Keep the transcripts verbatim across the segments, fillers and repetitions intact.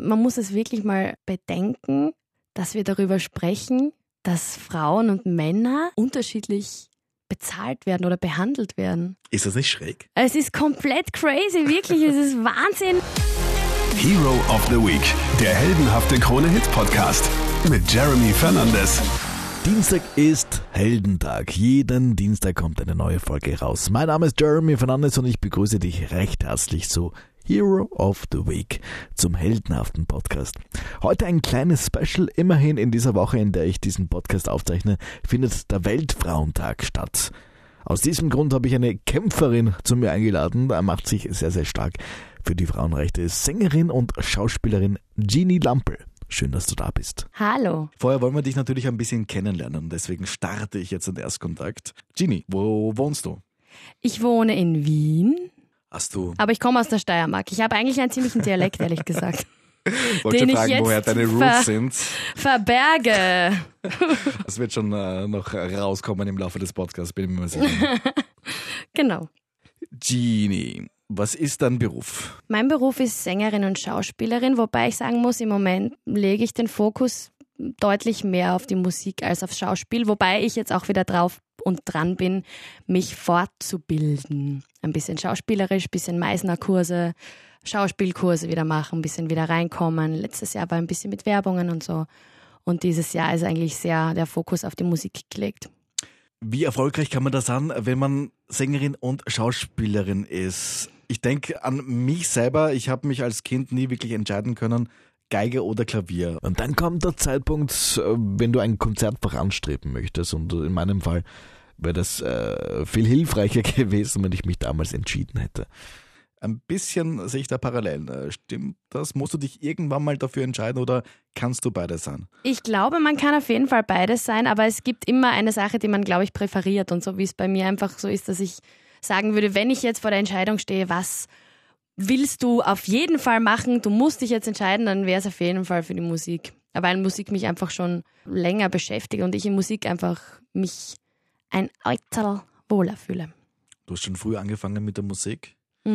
man muss es wirklich mal bedenken, dass wir darüber sprechen, dass Frauen und Männer unterschiedlich bezahlt werden oder behandelt werden. Ist das nicht schräg? Es ist komplett crazy, wirklich, es ist Wahnsinn. Hero of the Week, der heldenhafte Krone-Hit-Podcast mit Jeremy Fernandes. Dienstag ist Heldentag. Jeden Dienstag kommt eine neue Folge raus. Mein Name ist Jeremy Fernandes und ich begrüße dich recht herzlich zu Hero of the Week, zum heldenhaften Podcast. Heute ein kleines Special. Immerhin in dieser Woche, in der ich diesen Podcast aufzeichne, findet der Weltfrauentag statt. Aus diesem Grund habe ich eine Kämpferin zu mir eingeladen. Er macht sich sehr, sehr stark für die Frauenrechte. Sängerin und Schauspielerin Jeannie Lampl. Schön, dass du da bist. Hallo. Vorher wollen wir dich natürlich ein bisschen kennenlernen und deswegen starte ich jetzt den Erstkontakt. Jeannie, wo wohnst du? Ich wohne in Wien. Hast du... Aber ich komme aus der Steiermark. Ich habe eigentlich einen ziemlichen Dialekt, ehrlich gesagt. Wollte den schon fragen, ich jetzt woher deine ver- Roots sind. Verberge. Das wird schon äh, noch rauskommen im Laufe des Podcasts, bin ich mir sicher. Genau. Jeannie, was ist dein Beruf? Mein Beruf ist Sängerin und Schauspielerin, wobei ich sagen muss, im Moment lege ich den Fokus deutlich mehr auf die Musik als aufs Schauspiel, wobei ich jetzt auch wieder drauf und dran bin, mich fortzubilden. Ein bisschen schauspielerisch, ein bisschen Meisner-Kurse, Schauspielkurse wieder machen, ein bisschen wieder reinkommen. Letztes Jahr war ein bisschen mit Werbungen und so. Und dieses Jahr ist eigentlich sehr der Fokus auf die Musik gelegt. Wie erfolgreich kann man das sein, wenn man Sängerin und Schauspielerin ist? Ich denke an mich selber, ich habe mich als Kind nie wirklich entscheiden können, Geige oder Klavier. Und dann kommt der Zeitpunkt, wenn du ein Konzertfach anstreben möchtest. Und in meinem Fall wäre das äh, viel hilfreicher gewesen, wenn ich mich damals entschieden hätte. Ein bisschen sehe ich da Parallelen. Stimmt das? Musst du dich irgendwann mal dafür entscheiden oder kannst du beides sein? Ich glaube, man kann auf jeden Fall beides sein, aber es gibt immer eine Sache, die man, glaube ich, präferiert. Und so wie es bei mir einfach so ist, dass ich sagen würde, wenn ich jetzt vor der Entscheidung stehe, was willst du auf jeden Fall machen, du musst dich jetzt entscheiden, dann wäre es auf jeden Fall für die Musik. Weil Musik mich einfach schon länger beschäftigt und ich in Musik einfach mich ein Eitel wohler fühle. Du hast schon früh angefangen mit der Musik?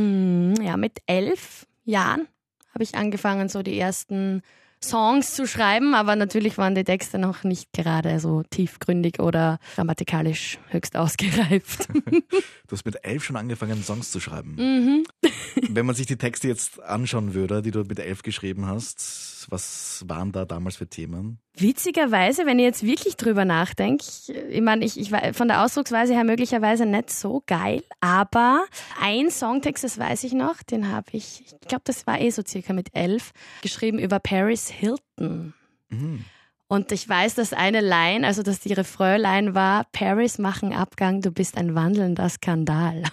Ja, mit elf Jahren habe ich angefangen, so die ersten Songs zu schreiben, aber natürlich waren die Texte noch nicht gerade so tiefgründig oder grammatikalisch höchst ausgereift. Du hast mit elf schon angefangen, Songs zu schreiben. Mhm. Wenn man sich die Texte jetzt anschauen würde, die du mit elf geschrieben hast, was waren da damals für Themen? Witzigerweise, wenn ich jetzt wirklich drüber nachdenke, ich meine, ich, ich war von der Ausdrucksweise her möglicherweise nicht so geil, aber ein Songtext, das weiß ich noch, den habe ich, ich glaube, das war eh so circa mit elf, geschrieben über Paris Hilton. Mhm. Und ich weiß, dass eine Line, also dass die Refrain-Line war, Paris, mach einen Abgang, du bist ein wandelnder Skandal.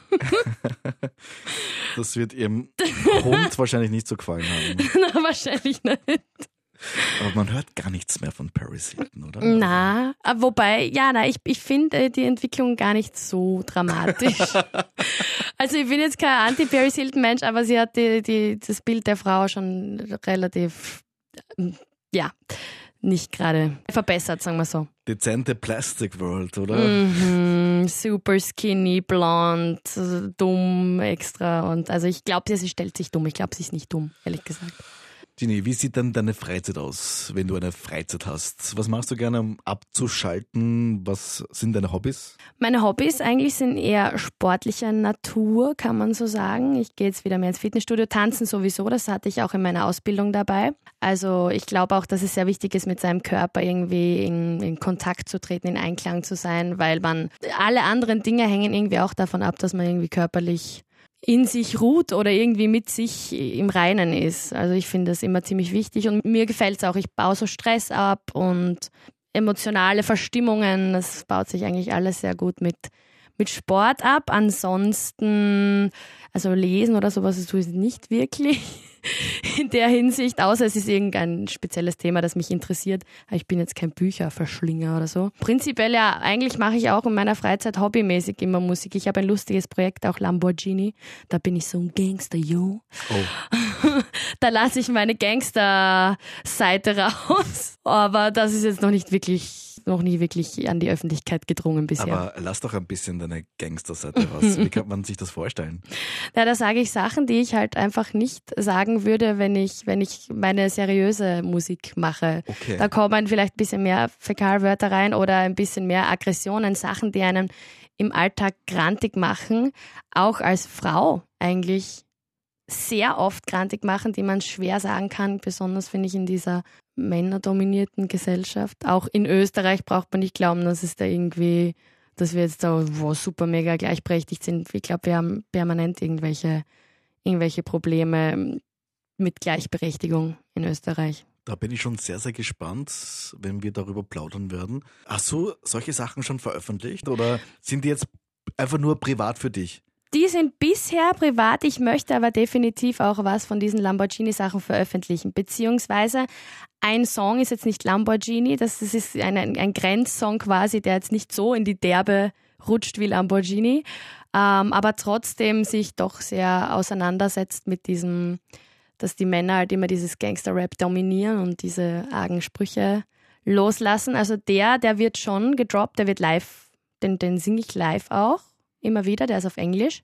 Das wird ihrem Hund wahrscheinlich nicht so gefallen haben. Na, wahrscheinlich nicht. Aber man hört gar nichts mehr von Paris Hilton, oder? Na, wobei, ja, na, ich, ich finde die Entwicklung gar nicht so dramatisch. Also ich bin jetzt kein Anti-Paris Hilton-Mensch, aber sie hat die, die, das Bild der Frau schon relativ, ja, nicht gerade verbessert, sagen wir so. Dezente Plastic World, oder? Mhm, super skinny, blond, dumm extra. Und also ich glaube, sie stellt sich dumm. Ich glaube, sie ist nicht dumm, ehrlich gesagt. Jeannie, wie sieht denn deine Freizeit aus, wenn du eine Freizeit hast? Was machst du gerne, um abzuschalten? Was sind deine Hobbys? Meine Hobbys eigentlich sind eher sportlicher Natur, kann man so sagen. Ich gehe jetzt wieder mehr ins Fitnessstudio, tanzen sowieso, das hatte ich auch in meiner Ausbildung dabei. Also ich glaube auch, dass es sehr wichtig ist, mit seinem Körper irgendwie in, in Kontakt zu treten, in Einklang zu sein, weil man alle anderen Dinge hängen irgendwie auch davon ab, dass man irgendwie körperlich in sich ruht oder irgendwie mit sich im Reinen ist. Also ich finde das immer ziemlich wichtig und mir gefällt es auch. Ich baue so Stress ab und emotionale Verstimmungen. Das baut sich eigentlich alles sehr gut mit, mit Sport ab. Ansonsten, also lesen oder sowas, das tue ich nicht wirklich in der Hinsicht, außer es ist irgendein spezielles Thema, das mich interessiert. Ich bin jetzt kein Bücherverschlinger oder so. Prinzipiell ja, eigentlich mache ich auch in meiner Freizeit hobbymäßig immer Musik. Ich habe ein lustiges Projekt, auch Lamborghini. Da bin ich so ein Gangster, yo. Oh. Da lasse ich meine Gangster-Seite raus. Aber das ist jetzt noch nicht wirklich noch nie wirklich an die Öffentlichkeit gedrungen bisher. Aber lass doch ein bisschen deine Gangster-Seite raus. Wie kann man sich das vorstellen? Ja, da sage ich Sachen, die ich halt einfach nicht sagen würde, wenn ich, wenn ich meine seriöse Musik mache. Okay. Da kommen vielleicht ein bisschen mehr Fäkalwörter rein oder ein bisschen mehr Aggressionen, Sachen, die einen im Alltag grantig machen, auch als Frau eigentlich sehr oft grantig machen, die man schwer sagen kann, besonders finde ich in dieser männerdominierten Gesellschaft. Auch in Österreich braucht man nicht glauben, dass es da irgendwie, dass wir jetzt da wow, super mega gleichberechtigt sind. Ich glaube, wir haben permanent irgendwelche, irgendwelche Probleme mit Gleichberechtigung in Österreich. Da bin ich schon sehr, sehr gespannt, wenn wir darüber plaudern werden. Hast du solche Sachen schon veröffentlicht oder sind die jetzt einfach nur privat für dich? Die sind bisher privat, ich möchte aber definitiv auch was von diesen Lamborghini-Sachen veröffentlichen, beziehungsweise ein Song ist jetzt nicht Lamborghini, das ist ein, ein Grenzsong quasi, der jetzt nicht so in die Derbe rutscht wie Lamborghini, ähm, aber trotzdem sich doch sehr auseinandersetzt mit diesem, dass die Männer halt immer dieses Gangster-Rap dominieren und diese argen Sprüche loslassen. Also der, der wird schon gedroppt, der wird live, den, den singe ich live auch. Immer wieder, der ist auf Englisch.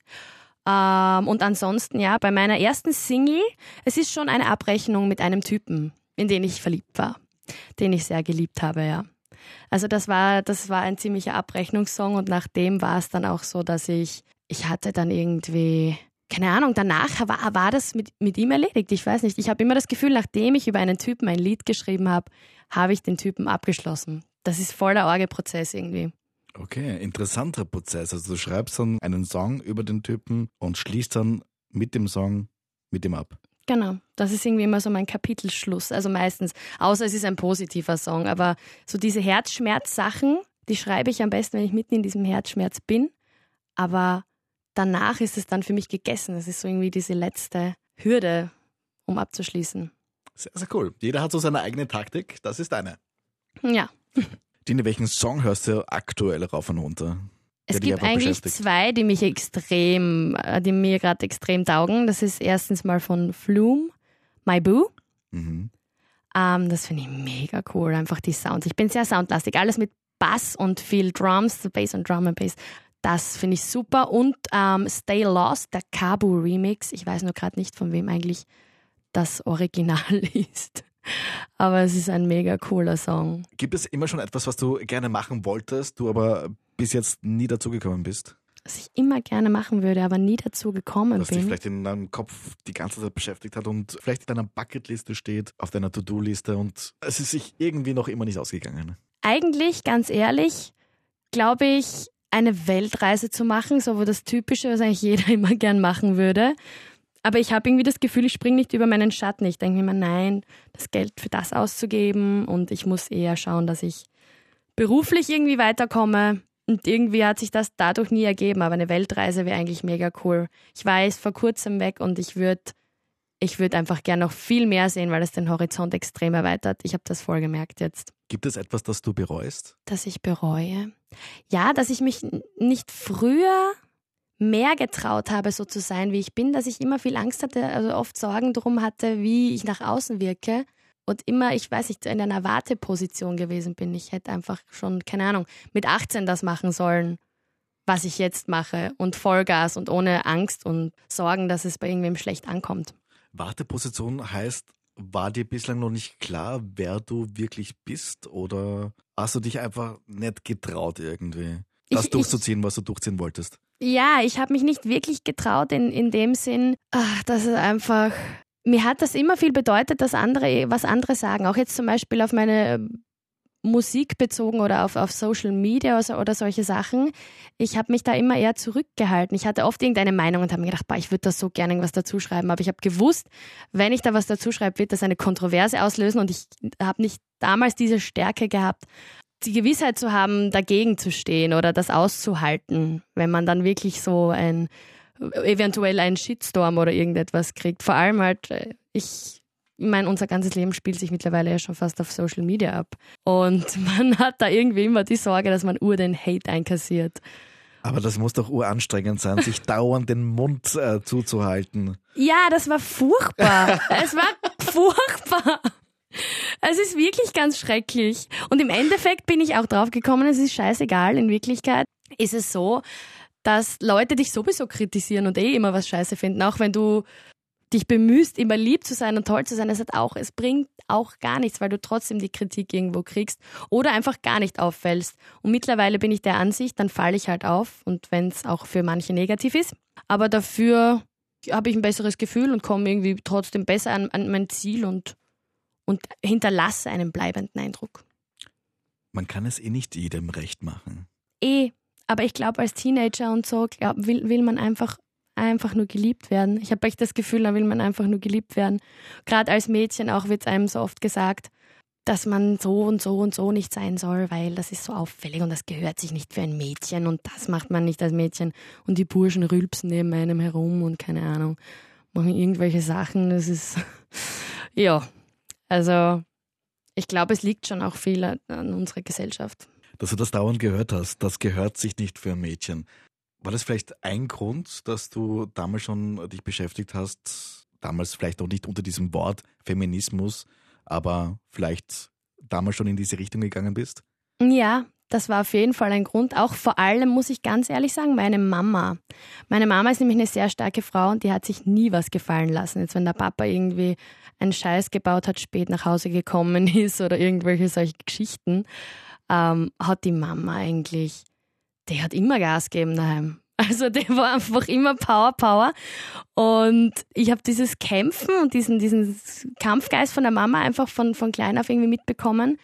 Ähm, und ansonsten, ja, bei meiner ersten Single, es ist schon eine Abrechnung mit einem Typen, in den ich verliebt war, den ich sehr geliebt habe, ja. Also das war, das war ein ziemlicher Abrechnungssong und nach dem war es dann auch so, dass ich, ich hatte dann irgendwie, keine Ahnung, danach war, war das mit, mit ihm erledigt, ich weiß nicht. Ich habe immer das Gefühl, nachdem ich über einen Typen ein Lied geschrieben habe, habe ich den Typen abgeschlossen. Das ist voll der Orgelprozess irgendwie. Okay, interessanter Prozess. Also du schreibst dann einen Song über den Typen und schließt dann mit dem Song mit ihm ab. Genau, das ist irgendwie immer so mein Kapitelschluss, also meistens, außer es ist ein positiver Song, aber so diese Herzschmerz-Sachen, die schreibe ich am besten, wenn ich mitten in diesem Herzschmerz bin, aber danach ist es dann für mich gegessen. Das ist so irgendwie diese letzte Hürde, um abzuschließen. Sehr, sehr cool. Jeder hat so seine eigene Taktik, das ist deine. Ja. Dini, welchen Song hörst du aktuell rauf und runter? Es gibt eigentlich zwei, die mich extrem, die mir gerade extrem taugen. Das ist erstens mal von Flume, My Boo. Mhm. Ähm, das finde ich mega cool, einfach die Sounds. Ich bin sehr soundlastig, alles mit Bass und viel Drums, so Bass und Drum and Bass. Das finde ich super. Und ähm, Stay Lost, der Kabu Remix. Ich weiß nur gerade nicht, von wem eigentlich das Original ist. Aber es ist ein mega cooler Song. Gibt es immer schon etwas, was du gerne machen wolltest, du aber bis jetzt nie dazu gekommen bist? Was ich immer gerne machen würde, aber nie dazu gekommen was bin. Was dich vielleicht in deinem Kopf die ganze Zeit beschäftigt hat und vielleicht in deiner Bucketliste steht, auf deiner To-Do-Liste und es ist sich irgendwie noch immer nicht ausgegangen. Eigentlich, ganz ehrlich, glaube ich, eine Weltreise zu machen, so wo das Typische, was eigentlich jeder immer gern machen würde. Aber ich habe irgendwie das Gefühl, ich springe nicht über meinen Schatten. Ich denke mir immer, nein, das Geld für das auszugeben und ich muss eher schauen, dass ich beruflich irgendwie weiterkomme. Und irgendwie hat sich das dadurch nie ergeben. Aber eine Weltreise wäre eigentlich mega cool. Ich war jetzt vor kurzem weg und ich würde ich würd einfach gerne noch viel mehr sehen, weil es den Horizont extrem erweitert. Ich habe das voll gemerkt jetzt. Gibt es etwas, das du bereust? Dass ich bereue? Ja, dass ich mich nicht früher mehr getraut habe, so zu sein, wie ich bin, dass ich immer viel Angst hatte, also oft Sorgen drum hatte, wie ich nach außen wirke und immer, ich weiß nicht, in einer Warteposition gewesen bin. Ich hätte einfach schon, keine Ahnung, mit achtzehn das machen sollen, was ich jetzt mache und Vollgas und ohne Angst und Sorgen, dass es bei irgendwem schlecht ankommt. Warteposition heißt, war dir bislang noch nicht klar, wer du wirklich bist oder hast du dich einfach nicht getraut irgendwie, das ich, durchzuziehen, ich, was du durchziehen wolltest? Ja, ich habe mich nicht wirklich getraut in, in dem Sinn, ach, dass es einfach, mir hat das immer viel bedeutet, dass andere, was andere sagen. Auch jetzt zum Beispiel auf meine Musik bezogen oder auf, auf Social Media oder, oder solche Sachen. Ich habe mich da immer eher zurückgehalten. Ich hatte oft irgendeine Meinung und habe mir gedacht, boah, ich würde da so gerne was dazu schreiben. Aber ich habe gewusst, wenn ich da was dazu schreibe, wird das eine Kontroverse auslösen und ich habe nicht damals diese Stärke gehabt, die Gewissheit zu haben, dagegen zu stehen oder das auszuhalten, wenn man dann wirklich so ein, eventuell einen Shitstorm oder irgendetwas kriegt. Vor allem halt, ich, ich meine, unser ganzes Leben spielt sich mittlerweile ja schon fast auf Social Media ab. Und man hat da irgendwie immer die Sorge, dass man ur den Hate einkassiert. Aber das muss doch uranstrengend sein, sich dauernd den Mund äh, zuzuhalten. Ja, das war furchtbar. Es war furchtbar. Es ist wirklich ganz schrecklich. Und im Endeffekt bin ich auch drauf gekommen, es ist scheißegal. In Wirklichkeit ist es so, dass Leute dich sowieso kritisieren und eh immer was scheiße finden. Auch wenn du dich bemühst, immer lieb zu sein und toll zu sein, es hat auch, es bringt auch gar nichts, weil du trotzdem die Kritik irgendwo kriegst oder einfach gar nicht auffällst. Und mittlerweile bin ich der Ansicht, dann falle ich halt auf und wenn es auch für manche negativ ist. Aber dafür habe ich ein besseres Gefühl und komme irgendwie trotzdem besser an, an mein Ziel und, und hinterlasse einen bleibenden Eindruck. Man kann es eh nicht jedem recht machen. Eh, aber ich glaube, als Teenager und so glaub, will, will man einfach einfach nur geliebt werden. Ich habe echt das Gefühl, da will man einfach nur geliebt werden. Gerade als Mädchen auch wird einem so oft gesagt, dass man so und so und so nicht sein soll, weil das ist so auffällig und das gehört sich nicht für ein Mädchen und das macht man nicht als Mädchen. Und die Burschen rülpsen neben einem herum und keine Ahnung, machen irgendwelche Sachen. Das ist, ja, also ich glaube, es liegt schon auch viel an unserer Gesellschaft. Dass du das dauernd gehört hast, das gehört sich nicht für ein Mädchen. War das vielleicht ein Grund, dass du damals schon dich beschäftigt hast, damals vielleicht auch nicht unter diesem Wort Feminismus, aber vielleicht damals schon in diese Richtung gegangen bist? Ja, das war auf jeden Fall ein Grund. Auch vor allem, muss ich ganz ehrlich sagen, meine Mama. Meine Mama ist nämlich eine sehr starke Frau und die hat sich nie was gefallen lassen. Jetzt, wenn der Papa irgendwie einen Scheiß gebaut hat, spät nach Hause gekommen ist oder irgendwelche solche Geschichten, ähm, hat die Mama eigentlich... Der hat immer Gas gegeben daheim. Also der war einfach immer Power, Power. Und ich habe dieses Kämpfen und diesen, diesen Kampfgeist von der Mama einfach von, von klein auf irgendwie mitbekommen.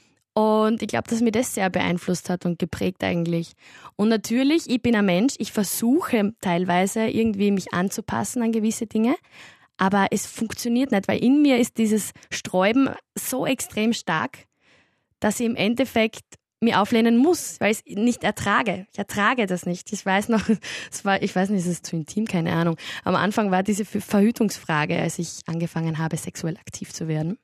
Und ich glaube, dass mir das sehr beeinflusst hat und geprägt eigentlich. Und natürlich, ich bin ein Mensch, ich versuche teilweise irgendwie mich anzupassen an gewisse Dinge. Aber es funktioniert nicht, weil in mir ist dieses Sträuben so extrem stark, dass ich im Endeffekt mir auflehnen muss, weil ich es nicht ertrage. Ich ertrage das nicht. Ich weiß noch, es war, ich weiß nicht, es ist zu intim, keine Ahnung. Am Anfang war diese Verhütungsfrage, als ich angefangen habe, sexuell aktiv zu werden.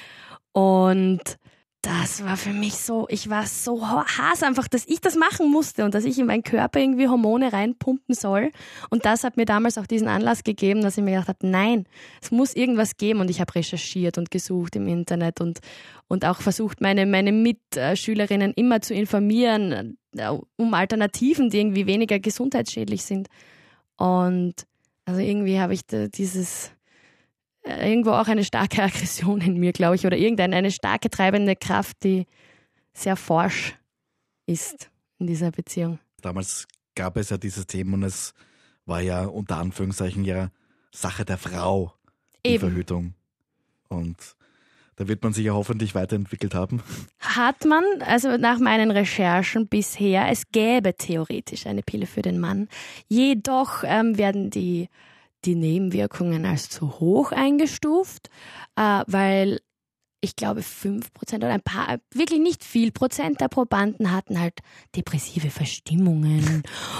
Und das war für mich so, ich war so Hass einfach, dass ich das machen musste und dass ich in meinen Körper irgendwie Hormone reinpumpen soll. Und das hat mir damals auch diesen Anlass gegeben, dass ich mir gedacht habe, nein, es muss irgendwas geben. Und ich habe recherchiert und gesucht im Internet und, und auch versucht, meine, meine Mitschülerinnen immer zu informieren, um Alternativen, die irgendwie weniger gesundheitsschädlich sind. Und also irgendwie habe ich da dieses... irgendwo auch eine starke Aggression in mir, glaube ich, oder irgendeine eine starke treibende Kraft, die sehr forsch ist in dieser Beziehung. Damals gab es ja dieses Thema und es war ja unter Anführungszeichen ja Sache der Frau, die Eben. Verhütung. Und da wird man sich ja hoffentlich weiterentwickelt haben. Hat man, also nach meinen Recherchen bisher, es gäbe theoretisch eine Pille für den Mann. Jedoch ähm, werden die die Nebenwirkungen als zu hoch eingestuft, äh, weil ich glaube fünf Prozent oder ein paar, wirklich nicht viel Prozent der Probanden hatten halt depressive Verstimmungen,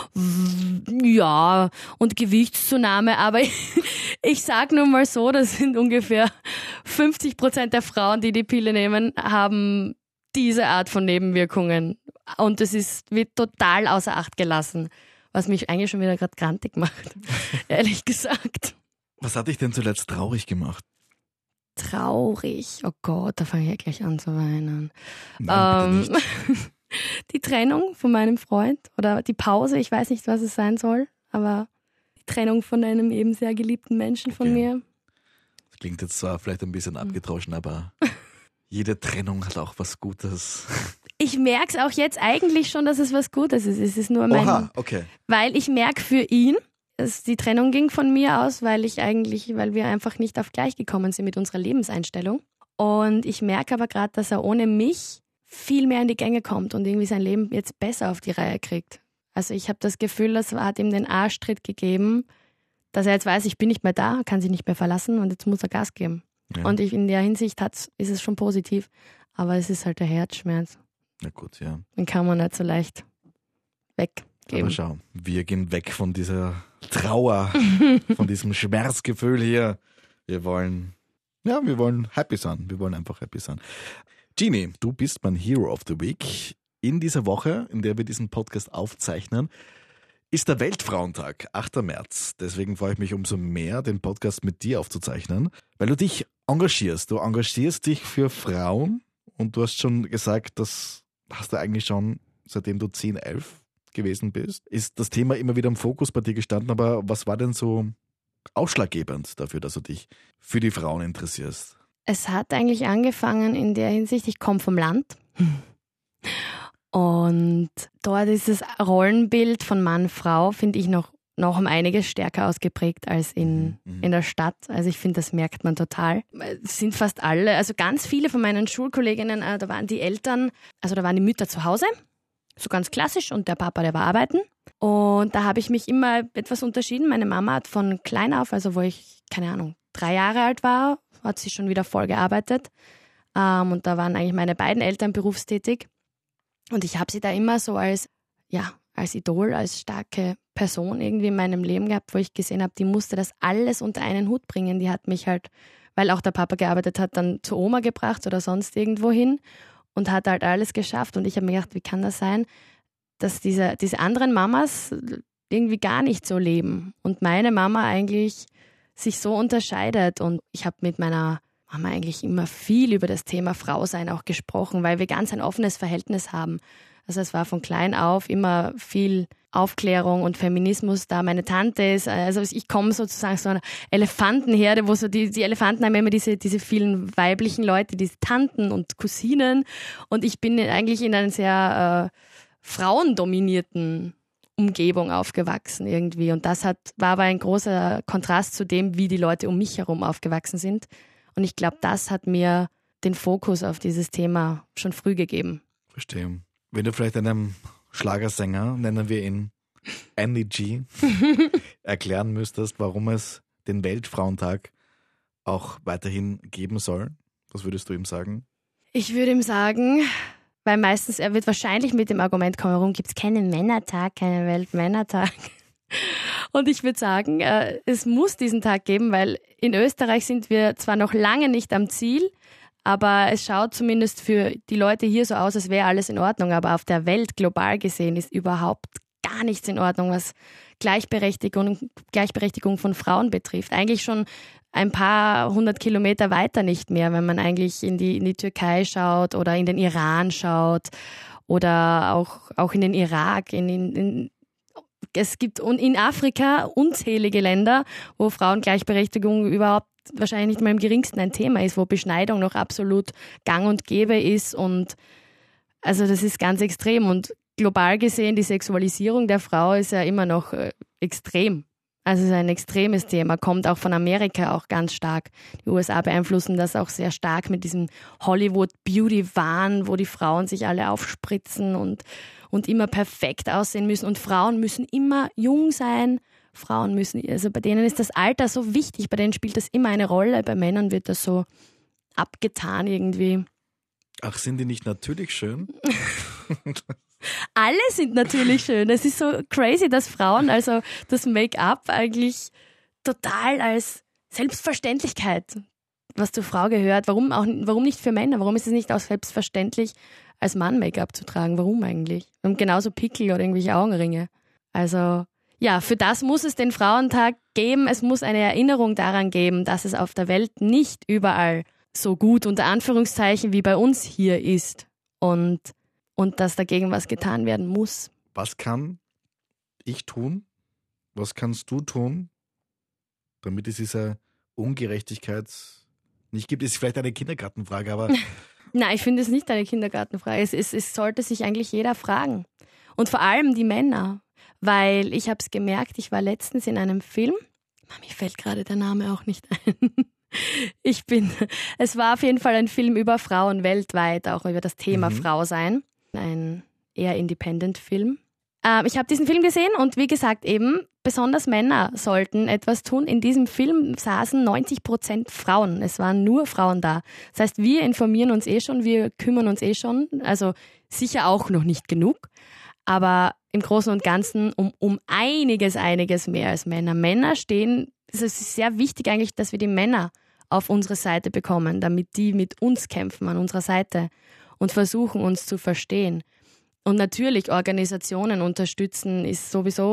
ja, und Gewichtszunahme, aber ich, ich sag nur mal so, das sind ungefähr fünfzig Prozent der Frauen, die die Pille nehmen, haben diese Art von Nebenwirkungen und es ist, wird total außer Acht gelassen. Was mich eigentlich schon wieder gerade grantig macht, ehrlich gesagt. Was hat dich denn zuletzt traurig gemacht? Traurig? Oh Gott, da fange ich ja gleich an zu weinen. Nein, bitte ähm, nicht. Die Trennung von meinem Freund oder die Pause, ich weiß nicht, was es sein soll, aber die Trennung von einem eben sehr geliebten Menschen von Okay. mir. Das klingt jetzt zwar vielleicht ein bisschen abgedroschen, aber jede Trennung hat auch was Gutes. Ich merke es auch jetzt eigentlich schon, dass es was Gutes ist. Es ist nur mein, Oha, okay. weil ich merke für ihn, dass die Trennung ging von mir aus, weil ich eigentlich, weil wir einfach nicht auf gleich gekommen sind mit unserer Lebenseinstellung. Und ich merke aber gerade, dass er ohne mich viel mehr in die Gänge kommt und irgendwie sein Leben jetzt besser auf die Reihe kriegt. Also ich habe das Gefühl, das hat ihm den Arschtritt gegeben, dass er jetzt weiß, ich bin nicht mehr da, kann sich nicht mehr verlassen und jetzt muss er Gas geben. Ja. Und ich, in der Hinsicht hat's, ist es schon positiv, aber es ist halt der Herzschmerz. Na gut, ja. Den kann man nicht so leicht weggeben. Aber schau, wir gehen weg von dieser Trauer, von diesem Schmerzgefühl hier. Wir wollen, ja, wir wollen happy sein. Wir wollen einfach happy sein. Genie, du bist mein Hero of the Week. In dieser Woche, in der wir diesen Podcast aufzeichnen, ist der Weltfrauentag, achter März. Deswegen freue ich mich umso mehr, den Podcast mit dir aufzuzeichnen, weil du dich engagierst. Du engagierst dich für Frauen und du hast schon gesagt, das hast du eigentlich schon, seitdem du zehn, elf gewesen bist, ist das Thema immer wieder im Fokus bei dir gestanden. Aber was war denn so ausschlaggebend dafür, dass du dich für die Frauen interessierst? Es hat eigentlich angefangen in der Hinsicht, ich komme vom Land und dort ist das Rollenbild von Mann, Frau, finde ich noch, noch um einiges stärker ausgeprägt als in, mhm. in der Stadt. Also ich finde, das merkt man total. Es sind fast alle, also ganz viele von meinen Schulkolleginnen, da waren die Eltern, also da waren die Mütter zu Hause, so ganz klassisch, und der Papa, der war arbeiten. Und da habe ich mich immer etwas unterschieden. Meine Mama hat von klein auf, also wo ich, keine Ahnung, drei Jahre alt war, hat sie schon wieder voll gearbeitet. Ähm, und da waren eigentlich meine beiden Eltern berufstätig. Und ich habe sie da immer so als, ja, als Idol, als starke Person irgendwie in meinem Leben gehabt, wo ich gesehen habe, die musste das alles unter einen Hut bringen. Die hat mich halt, weil auch der Papa gearbeitet hat, dann zur Oma gebracht oder sonst irgendwo hin und hat halt alles geschafft. Und ich habe mir gedacht, wie kann das sein, dass diese, diese anderen Mamas irgendwie gar nicht so leben und meine Mama eigentlich sich so unterscheidet. Und ich habe mit meiner Mama eigentlich immer viel über das Thema Frausein auch gesprochen, weil wir ganz ein offenes Verhältnis haben. Also es war von klein auf immer viel Aufklärung und Feminismus da. Meine Tante ist, also ich komme sozusagen aus so einer Elefantenherde, wo so die, die Elefanten haben immer diese, diese vielen weiblichen Leute, diese Tanten und Cousinen. Und ich bin eigentlich in einer sehr äh, frauendominierten Umgebung aufgewachsen irgendwie. Und das hat, war aber ein großer Kontrast zu dem, wie die Leute um mich herum aufgewachsen sind. Und ich glaube, das hat mir den Fokus auf dieses Thema schon früh gegeben. Verstehe. Wenn du vielleicht einem Schlagersänger, nennen wir ihn Andy G, erklären müsstest, warum es den Weltfrauentag auch weiterhin geben soll, was würdest du ihm sagen? Ich würde ihm sagen, weil meistens, er wird wahrscheinlich mit dem Argument kommen, warum gibt es keinen Männertag, keinen Weltmännertag? Und ich würde sagen, es muss diesen Tag geben, weil in Österreich sind wir zwar noch lange nicht am Ziel, aber es schaut zumindest für die Leute hier so aus, als wäre alles in Ordnung. Aber auf der Welt global gesehen ist überhaupt gar nichts in Ordnung, was Gleichberechtigung, Gleichberechtigung von Frauen betrifft. Eigentlich schon ein paar hundert Kilometer weiter nicht mehr, wenn man eigentlich in die, in die Türkei schaut oder in den Iran schaut oder auch, auch in den Irak. In, in, in, es gibt in Afrika unzählige Länder, wo Frauengleichberechtigung überhaupt wahrscheinlich nicht mal im geringsten ein Thema ist, wo Beschneidung noch absolut gang und gäbe ist. Und also das ist ganz extrem. Und global gesehen, die Sexualisierung der Frau ist ja immer noch äh, extrem. Also es ist ein extremes Thema, kommt auch von Amerika auch ganz stark. Die U S A beeinflussen das auch sehr stark mit diesem Hollywood-Beauty-Wahn, wo die Frauen sich alle aufspritzen und, und immer perfekt aussehen müssen. Und Frauen müssen immer jung sein. Frauen müssen, also bei denen ist das Alter so wichtig, bei denen spielt das immer eine Rolle, bei Männern wird das so abgetan irgendwie. Ach, sind die nicht natürlich schön? Alle sind natürlich schön. Es ist so crazy, dass Frauen also das Make-up eigentlich total als Selbstverständlichkeit, was zur Frau gehört. Warum auch, warum nicht für Männer? Warum ist es nicht auch selbstverständlich, als Mann Make-up zu tragen? Warum eigentlich? Und genauso Pickel oder irgendwelche Augenringe. Also ja, für das muss es den Frauentag geben. Es muss eine Erinnerung daran geben, dass es auf der Welt nicht überall so gut unter Anführungszeichen wie bei uns hier ist und, und dass dagegen was getan werden muss. Was kann ich tun? Was kannst du tun, damit es diese Ungerechtigkeit nicht gibt? Ist vielleicht eine Kindergartenfrage, aber... Nein, ich finde es nicht eine Kindergartenfrage. Es, es, es sollte sich eigentlich jeder fragen. Und vor allem die Männer. Weil ich habe es gemerkt, ich war letztens in einem Film, mir fällt gerade der Name auch nicht ein. Ich bin, es war auf jeden Fall ein Film über Frauen weltweit, auch über das Thema mhm. Frau sein. Ein eher Independent-Film. Ähm, ich habe diesen Film gesehen und wie gesagt eben, besonders Männer sollten etwas tun. In diesem Film saßen neunzig Prozent Frauen. Es waren nur Frauen da. Das heißt, wir informieren uns eh schon, wir kümmern uns eh schon. Also sicher auch noch nicht genug. Aber im Großen und Ganzen um, um einiges, einiges mehr als Männer. Männer stehen, es ist sehr wichtig eigentlich, dass wir die Männer auf unsere Seite bekommen, damit die mit uns kämpfen an unserer Seite und versuchen, uns zu verstehen. Und natürlich Organisationen unterstützen ist sowieso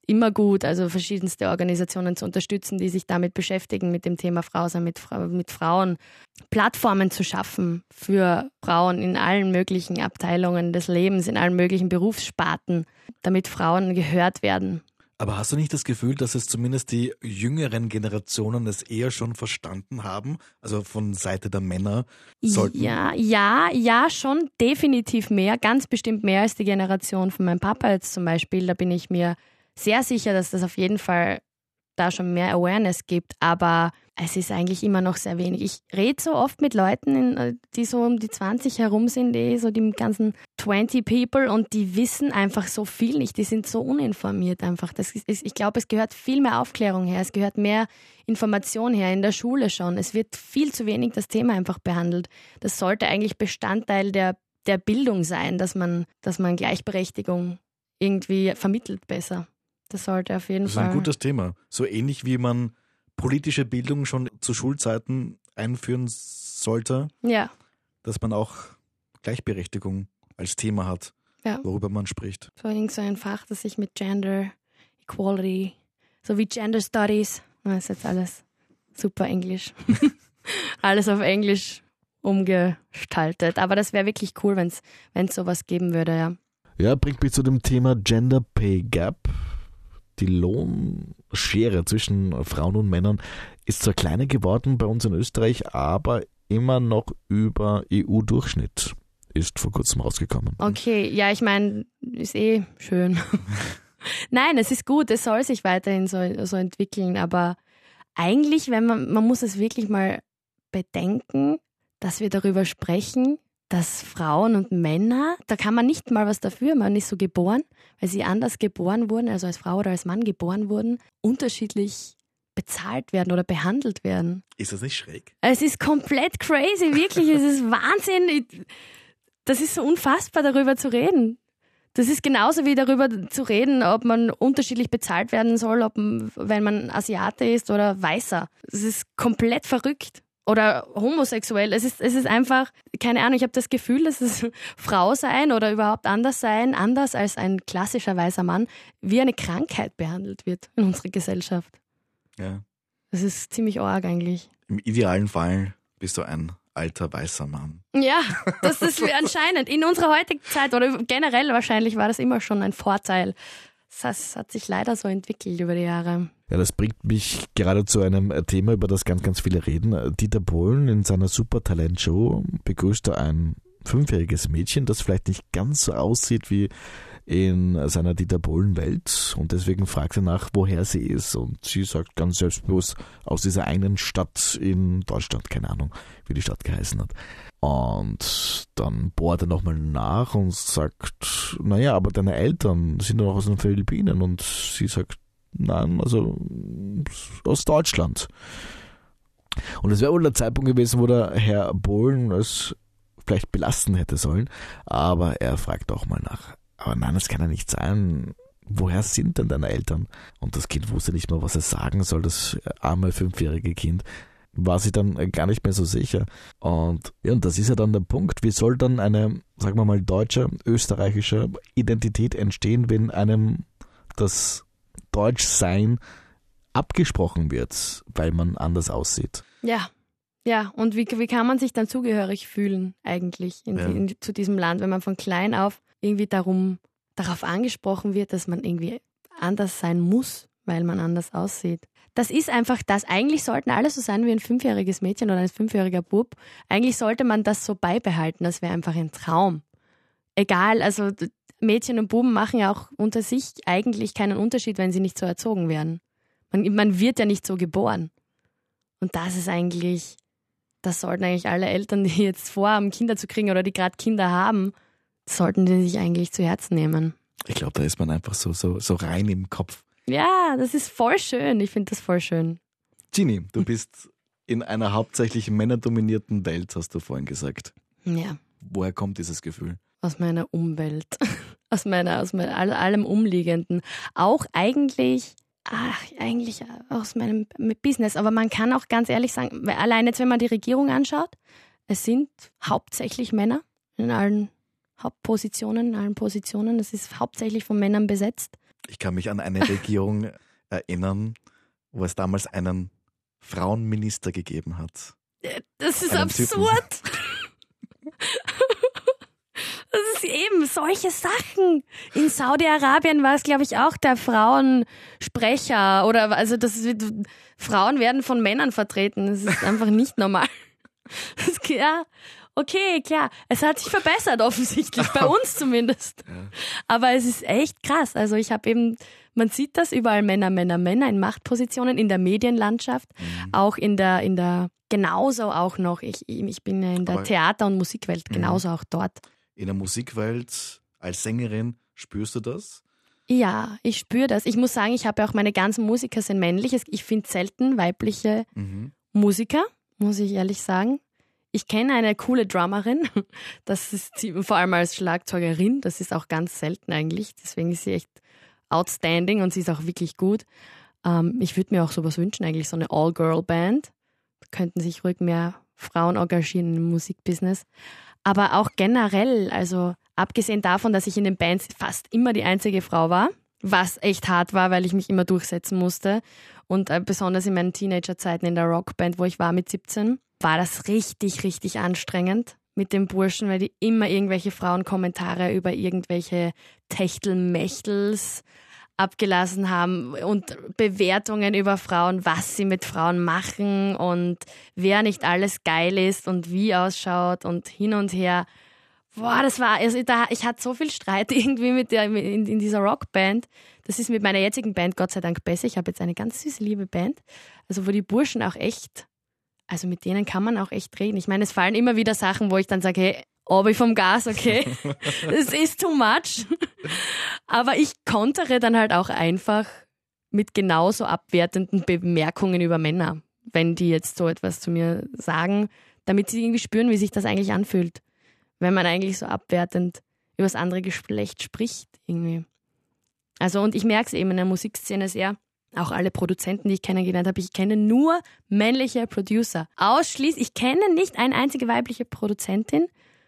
immer gut, also verschiedenste Organisationen zu unterstützen, die sich damit beschäftigen, mit dem Thema Frau sein, mit, mit Frauen, Plattformen zu schaffen für Frauen in allen möglichen Abteilungen des Lebens, in allen möglichen Berufssparten, damit Frauen gehört werden. Aber hast du nicht das Gefühl, dass es zumindest die jüngeren Generationen es eher schon verstanden haben? Also von Seite der Männer sollten... Ja, ja, ja, schon definitiv mehr, ganz bestimmt mehr als die Generation von meinem Papa jetzt zum Beispiel. Da bin ich mir sehr sicher, dass das auf jeden Fall da schon mehr Awareness gibt, aber es ist eigentlich immer noch sehr wenig. Ich rede so oft mit Leuten, die so um die zwanzig herum sind, die so die ganzen zwanzig People, und die wissen einfach so viel nicht, die sind so uninformiert einfach. Das ist, ich glaube, es gehört viel mehr Aufklärung her, es gehört mehr Information her, in der Schule schon. Es wird viel zu wenig das Thema einfach behandelt. Das sollte eigentlich Bestandteil der, der Bildung sein, dass man, dass man Gleichberechtigung irgendwie vermittelt besser. Das sollte auf jeden Fall... Das ist ein gutes Thema. So ähnlich wie man politische Bildung schon zu Schulzeiten einführen sollte, ja. dass man auch Gleichberechtigung als Thema hat, ja. worüber man spricht. So irgend so ein Fach, das sich mit Gender Equality, so wie Gender Studies, das ist jetzt alles super Englisch, alles auf Englisch umgestaltet. Aber das wäre wirklich cool, wenn es sowas geben würde, ja. Ja, bringt mich zu dem Thema Gender Pay Gap. Die Lohnschere zwischen Frauen und Männern ist zwar kleiner geworden bei uns in Österreich, aber immer noch über E U-Durchschnitt, ist vor kurzem rausgekommen. Okay, ja, ich meine, ist eh schön. Nein, es ist gut, es soll sich weiterhin so, so entwickeln, aber eigentlich, wenn man, man muss es wirklich mal bedenken, dass wir darüber sprechen, dass Frauen und Männer, da kann man nicht mal was dafür, man ist so geboren, weil sie anders geboren wurden, also als Frau oder als Mann geboren wurden, unterschiedlich bezahlt werden oder behandelt werden. Ist das nicht schräg? Es ist komplett crazy, wirklich, es ist Wahnsinn. Das ist so unfassbar, darüber zu reden. Das ist genauso wie darüber zu reden, ob man unterschiedlich bezahlt werden soll, ob, wenn man Asiate ist oder Weißer. Das ist komplett verrückt. Oder homosexuell. Es ist, es ist einfach, keine Ahnung, ich habe das Gefühl, dass es Frau sein oder überhaupt anders sein, anders als ein klassischer weißer Mann, wie eine Krankheit behandelt wird in unserer Gesellschaft. Ja. Das ist ziemlich arg eigentlich. Im idealen Fall bist du ein alter weißer Mann. Ja, das ist anscheinend. In unserer heutigen Zeit oder generell wahrscheinlich war das immer schon ein Vorteil. Das hat sich leider so entwickelt über die Jahre. Ja, das bringt mich gerade zu einem Thema, über das ganz, ganz viele reden. Dieter Bohlen in seiner Supertalent-Show begrüßt er ein fünfjähriges Mädchen, das vielleicht nicht ganz so aussieht wie in seiner Dieter Bohlen-Welt, und deswegen fragt er nach, woher sie ist, und sie sagt ganz selbstbewusst, aus dieser einen Stadt in Deutschland, keine Ahnung, wie die Stadt geheißen hat. Und dann bohrt er nochmal nach und sagt, naja, aber deine Eltern sind doch aus den Philippinen, und sie sagt, nein, also aus Deutschland. Und es wäre wohl der Zeitpunkt gewesen, wo der Herr Bohlen es vielleicht belasten hätte sollen, aber er fragt auch mal nach. Aber nein, das kann ja nicht sein. Woher sind denn deine Eltern? Und das Kind wusste nicht mal, was er sagen soll, das arme fünfjährige Kind. War sich dann gar nicht mehr so sicher. Und ja, und das ist ja dann der Punkt. Wie soll dann eine, sagen wir mal, deutsche, österreichische Identität entstehen, wenn einem das Deutschsein abgesprochen wird, weil man anders aussieht? Ja, ja. Und wie, wie kann man sich dann zugehörig fühlen eigentlich in, ja. in, zu diesem Land, wenn man von klein auf irgendwie darum, darauf angesprochen wird, dass man irgendwie anders sein muss, weil man anders aussieht. Das ist einfach das. Eigentlich sollten alle so sein wie ein fünfjähriges Mädchen oder ein fünfjähriger Bub. Eigentlich sollte man das so beibehalten. Das wäre einfach ein Traum. Egal, also Mädchen und Buben machen ja auch unter sich eigentlich keinen Unterschied, wenn sie nicht so erzogen werden. Man, man wird ja nicht so geboren. Und das ist eigentlich, das sollten eigentlich alle Eltern, die jetzt vorhaben, Kinder zu kriegen oder die gerade Kinder haben, sollten die sich eigentlich zu Herzen nehmen. Ich glaube, da ist man einfach so, so, so rein im Kopf. Ja, das ist voll schön. Ich finde das voll schön. Ginny, du bist in einer hauptsächlich männerdominierten Welt, hast du vorhin gesagt. Ja. Woher kommt dieses Gefühl? Aus meiner Umwelt. Aus meiner, aus meiner, allem Umliegenden. Auch eigentlich, ach, eigentlich aus meinem Business. Aber man kann auch ganz ehrlich sagen, allein jetzt, wenn man die Regierung anschaut, es sind hauptsächlich Männer in allen Hauptpositionen, in allen Positionen. Es ist hauptsächlich von Männern besetzt. Ich kann mich an eine Regierung erinnern, wo es damals einen Frauenminister gegeben hat. Das ist Einen absurd. Das ist eben solche Sachen. In Saudi-Arabien war es, glaube ich, auch der Frauensprecher oder also das ist, Frauen werden von Männern vertreten. Das ist einfach nicht normal. Das ist, ja, okay, klar. Es hat sich verbessert offensichtlich, bei uns zumindest. Ja. Aber es ist echt krass. Also ich habe eben, man sieht das überall Männer, Männer, Männer in Machtpositionen, in der Medienlandschaft, mhm. auch in der, in der, genauso auch noch. Ich, ich bin ja in der Aber Theater- und Musikwelt, genauso mhm. auch dort. In der Musikwelt als Sängerin spürst du das? Ja, ich spüre das. Ich muss sagen, ich habe ja auch meine ganzen Musiker sind männlich. Ich finde selten weibliche mhm. Musiker, muss ich ehrlich sagen. Ich kenne eine coole Drummerin, das ist sie, vor allem als Schlagzeugerin, das ist auch ganz selten eigentlich, deswegen ist sie echt outstanding und sie ist auch wirklich gut. Ähm, ich würde mir auch sowas wünschen, eigentlich so eine All-Girl-Band. Da könnten sich ruhig mehr Frauen engagieren im Musikbusiness. Aber auch generell, also abgesehen davon, dass ich in den Bands fast immer die einzige Frau war, was echt hart war, weil ich mich immer durchsetzen musste und äh, besonders in meinen Teenagerzeiten in der Rockband, wo ich war mit siebzehn, war das richtig, richtig anstrengend mit den Burschen, weil die immer irgendwelche Frauenkommentare über irgendwelche Techtelmächtels abgelassen haben und Bewertungen über Frauen, was sie mit Frauen machen und wer nicht alles geil ist und wie ausschaut und hin und her. Boah, das war, also da, ich hatte so viel Streit irgendwie mit der, in, in dieser Rockband. Das ist mit meiner jetzigen Band Gott sei Dank besser. Ich habe jetzt eine ganz süße, liebe Band. Also wo die Burschen auch echt, also mit denen kann man auch echt reden. Ich meine, es fallen immer wieder Sachen, wo ich dann sage, hey, Obi vom Gas, okay, das ist too much. Aber ich kontere dann halt auch einfach mit genauso abwertenden Bemerkungen über Männer, wenn die jetzt so etwas zu mir sagen, damit sie irgendwie spüren, wie sich das eigentlich anfühlt, wenn man eigentlich so abwertend über das andere Geschlecht spricht irgendwie. Also und ich merke es eben in der Musikszene sehr, auch alle Produzenten, die ich kennengelernt habe, ich kenne nur männliche Producer. Ausschließlich, ich kenne nicht eine einzige weibliche Produzentin.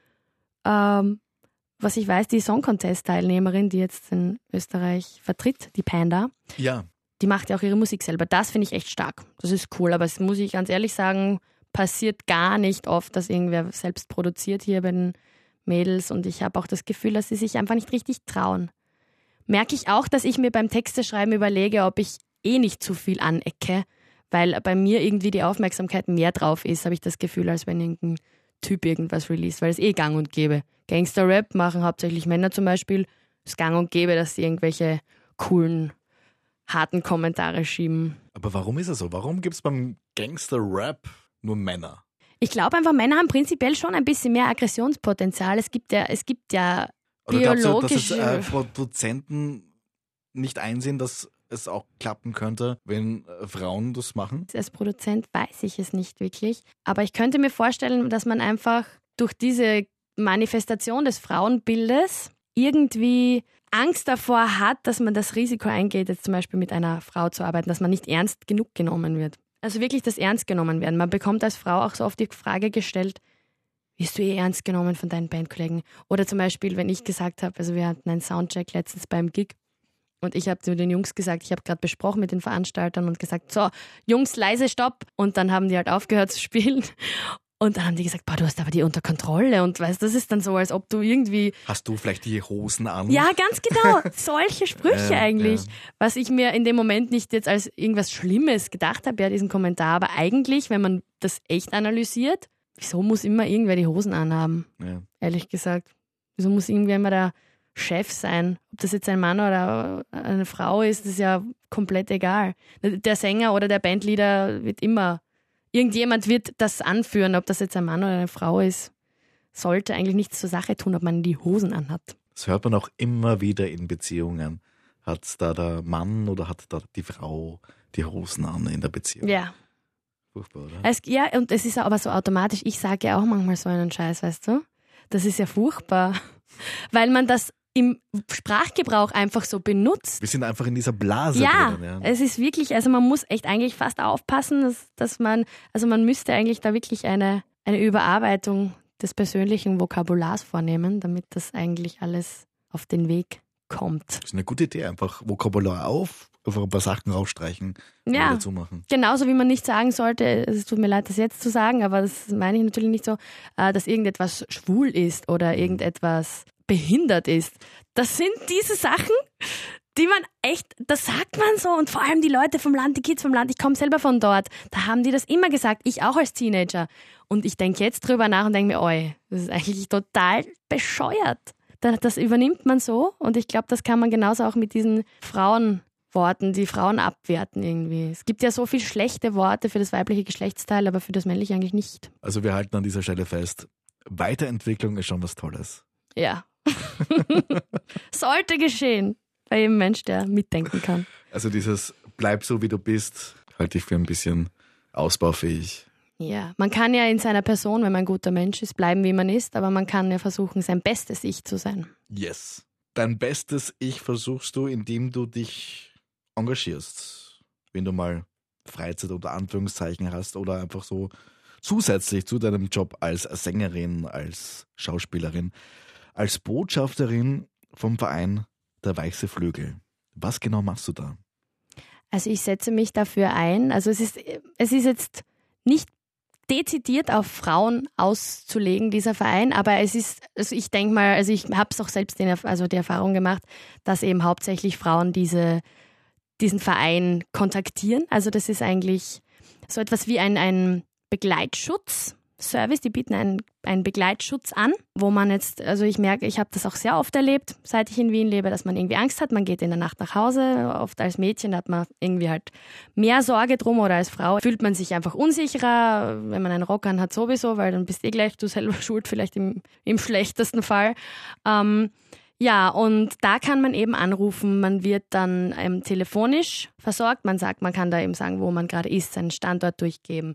Ähm, was ich weiß, die Song Contest-Teilnehmerin, die jetzt in Österreich vertritt, die Panda, ja. Die macht ja auch ihre Musik selber. Das finde ich echt stark. Das ist cool, aber es muss ich ganz ehrlich sagen, passiert gar nicht oft, dass irgendwer selbst produziert hier bei den Mädels und ich habe auch das Gefühl, dass sie sich einfach nicht richtig trauen. Merke ich auch, dass ich mir beim Texteschreiben überlege, ob ich eh nicht zu viel anecke, weil bei mir irgendwie die Aufmerksamkeit mehr drauf ist, habe ich das Gefühl, als wenn irgendein Typ irgendwas release, weil es eh gang und gäbe. Gangster-Rap machen hauptsächlich Männer zum Beispiel. Es ist gang und gäbe, dass sie irgendwelche coolen, harten Kommentare schieben. Aber warum ist es so? Warum gibt es beim Gangster-Rap nur Männer? Ich glaube einfach, Männer haben prinzipiell schon ein bisschen mehr Aggressionspotenzial. Es gibt ja, es gibt ja Oder biologische... glaubst du, dass es, äh, Produzenten nicht einsehen, dass es auch klappen könnte, wenn äh, Frauen das machen? Als Produzent weiß ich es nicht wirklich. Aber ich könnte mir vorstellen, dass man einfach durch diese Manifestation des Frauenbildes irgendwie Angst davor hat, dass man das Risiko eingeht, jetzt zum Beispiel mit einer Frau zu arbeiten, dass man nicht ernst genug genommen wird. Also wirklich das ernst genommen werden. Man bekommt als Frau auch so oft die Frage gestellt, wirst du eh ernst genommen von deinen Bandkollegen? Oder zum Beispiel, wenn ich gesagt habe, also wir hatten einen Soundcheck letztens beim Gig und ich habe zu den Jungs gesagt, ich habe gerade besprochen mit den Veranstaltern und gesagt, so, Jungs, leise, stopp. Und dann haben die halt aufgehört zu spielen. Und dann haben die gesagt, boah, du hast aber die unter Kontrolle und weißt, das ist dann so, als ob du irgendwie... Hast du vielleicht die Hosen an? Ja, ganz genau. Solche Sprüche ja, eigentlich. Ja. Was ich mir in dem Moment nicht jetzt als irgendwas Schlimmes gedacht habe, ja, diesen Kommentar. Aber eigentlich, wenn man das echt analysiert, wieso muss immer irgendwer die Hosen anhaben? Ja. Ehrlich gesagt. Wieso muss irgendwer immer der Chef sein? Ob das jetzt ein Mann oder eine Frau ist, ist ja komplett egal. Der Sänger oder der Bandleader wird immer... Irgendjemand wird das anführen, ob das jetzt ein Mann oder eine Frau ist. Sollte eigentlich nichts zur Sache tun, ob man die Hosen anhat. Das hört man auch immer wieder in Beziehungen. Hat da der Mann oder hat da die Frau die Hosen an in der Beziehung? Ja. Furchtbar, oder? Es, ja, und es ist aber so automatisch. Ich sage ja auch manchmal so einen Scheiß, weißt du? Das ist ja furchtbar. Weil man das im Sprachgebrauch einfach so benutzt. Wir sind einfach in dieser Blase ja, drinnen. Ja, es ist wirklich, also man muss echt eigentlich fast aufpassen, dass, dass man, also man müsste eigentlich da wirklich eine, eine Überarbeitung des persönlichen Vokabulars vornehmen, damit das eigentlich alles auf den Weg kommt. Das ist eine gute Idee, einfach Vokabular auf, einfach ein paar Sachen rausstreichen und Ja, dazu machen. genauso wie man nicht sagen sollte, es tut mir leid, das jetzt zu sagen, aber das meine ich natürlich nicht so, äh, dass irgendetwas schwul ist oder irgendetwas behindert ist. Das sind diese Sachen, die man echt, das sagt man so, und vor allem die Leute vom Land, die Kids vom Land, ich komme selber von dort, da haben die das immer gesagt, ich auch als Teenager. Und ich denke jetzt drüber nach und denke mir, oi, das ist eigentlich total bescheuert. Das übernimmt man so, und ich glaube, das kann man genauso auch mit diesen Frauenworten, die Frauen abwerten irgendwie. Es gibt ja so viele schlechte Worte für das weibliche Geschlechtsteil, aber für das männliche eigentlich nicht. Also wir halten an dieser Stelle fest, Weiterentwicklung ist schon was Tolles. Ja. Sollte geschehen bei jedem Mensch, der mitdenken kann. Also dieses bleib so wie du bist, halte ich für ein bisschen ausbaufähig. Ja, man kann ja in seiner Person, wenn man ein guter Mensch ist, bleiben wie man ist, aber man kann ja versuchen, sein bestes Ich zu sein. Yes. Dein bestes Ich versuchst du, indem du dich engagierst. Wenn du mal Freizeit unter Anführungszeichen hast oder einfach so zusätzlich zu deinem Job als Sängerin, als Schauspielerin, als Botschafterin vom Verein Der Weiße Flügel. Was genau machst du da? Also ich setze mich dafür ein. Also es ist, es ist jetzt nicht dezidiert auf Frauen auszulegen, dieser Verein, aber es ist, also ich denke mal, also ich habe es auch selbst in, also die Erfahrung gemacht, dass eben hauptsächlich Frauen diese, diesen Verein kontaktieren. Also das ist eigentlich so etwas wie ein, ein Begleitschutzservice. Die bieten einen, einen Begleitschutz an, wo man jetzt, also ich merke, ich habe das auch sehr oft erlebt, seit ich in Wien lebe, dass man irgendwie Angst hat, man geht in der Nacht nach Hause, oft als Mädchen hat man irgendwie halt mehr Sorge drum, oder als Frau fühlt man sich einfach unsicherer, wenn man einen Rock an hat sowieso, weil dann bist eh gleich du selber schuld, vielleicht im, im schlechtesten Fall. Ähm, Ja, und da kann man eben anrufen, man wird dann ähm, telefonisch versorgt, man sagt, man kann da eben sagen, wo man gerade ist, seinen Standort durchgeben,